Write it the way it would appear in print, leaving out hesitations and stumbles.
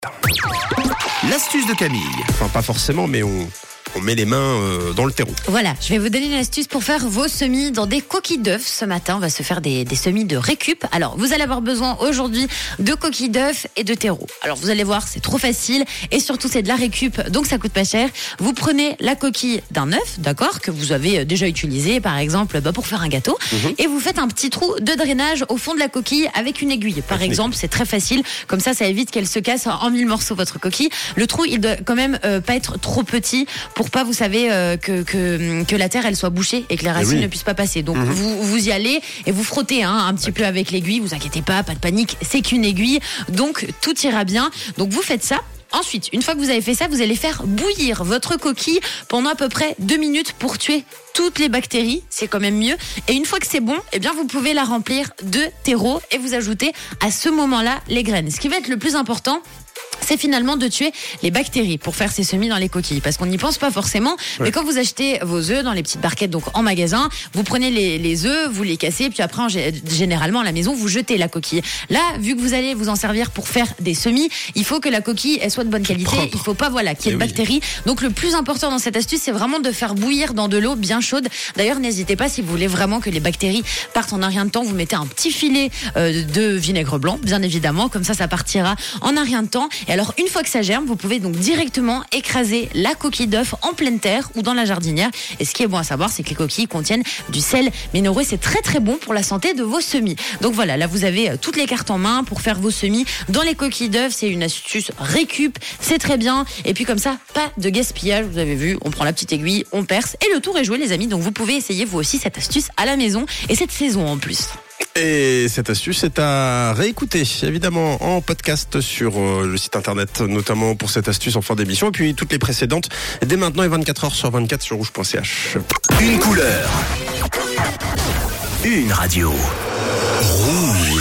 L'astuce de Camille. Enfin, pas forcément, mais on met les mains dans le terreau. Voilà, je vais vous donner une astuce pour faire vos semis dans des coquilles d'œufs. Ce matin, on va se faire des semis de récup. Alors, vous allez avoir besoin aujourd'hui de coquilles d'œufs et de terreau. Alors, vous allez voir, c'est trop facile et surtout, c'est de la récup, donc ça coûte pas cher. Vous prenez la coquille d'un œuf, d'accord, que vous avez déjà utilisé, par exemple, pour faire un gâteau, et vous faites un petit trou de drainage au fond de la coquille avec une aiguille. Par exemple, c'est très facile. Comme ça évite qu'elle se casse en 1000 morceaux, votre coquille. Le trou, il doit quand même pas être trop petit pour pas, vous savez, que la terre elle soit bouchée et que les racines ne puissent pas passer. Donc vous y allez et vous frottez un petit peu avec l'aiguille. Vous inquiétez pas de panique, c'est qu'une aiguille, donc tout ira bien. Donc vous faites ça. Ensuite, une fois que vous avez fait ça, vous allez faire bouillir votre coquille pendant à peu près 2 minutes pour tuer toutes les bactéries, c'est quand même mieux. Et une fois que c'est bon, eh bien vous pouvez la remplir de terreau et vous ajoutez à ce moment-là les graines. Ce qui va être le plus important, c'est finalement de tuer les bactéries pour faire ces semis dans les coquilles, parce qu'on n'y pense pas forcément, mais quand vous achetez vos œufs dans les petites barquettes, donc en magasin, vous prenez les œufs, vous les cassez, puis après généralement à la maison vous jetez la coquille. Là, vu que vous allez vous en servir pour faire des semis, il faut que la coquille elle soit de bonne qualité, il faut pas qu'il y ait de bactéries. Donc le plus important dans cette astuce, c'est vraiment de faire bouillir dans de l'eau bien chaude. D'ailleurs, n'hésitez pas, si vous voulez vraiment que les bactéries partent en un rien de temps, vous mettez un petit filet de vinaigre blanc, bien évidemment, comme ça partira en un rien de temps. Et alors, une fois que ça germe, vous pouvez donc directement écraser la coquille d'œuf en pleine terre ou dans la jardinière. Et ce qui est bon à savoir, c'est que les coquilles contiennent du sel minéraux. C'est très très bon pour la santé de vos semis. Donc voilà, là vous avez toutes les cartes en main pour faire vos semis dans les coquilles d'œuf. C'est une astuce récup, c'est très bien. Et puis comme ça, pas de gaspillage. Vous avez vu, on prend la petite aiguille, on perce et le tour est joué, les amis. Donc vous pouvez essayer vous aussi cette astuce à la maison et cette saison en plus. Et cette astuce est à réécouter, évidemment, en podcast sur le site internet, notamment pour cette astuce en fin d'émission. Et puis toutes les précédentes, dès maintenant et 24h sur 24 sur rouge.ch. Une couleur. Une radio. Rouge.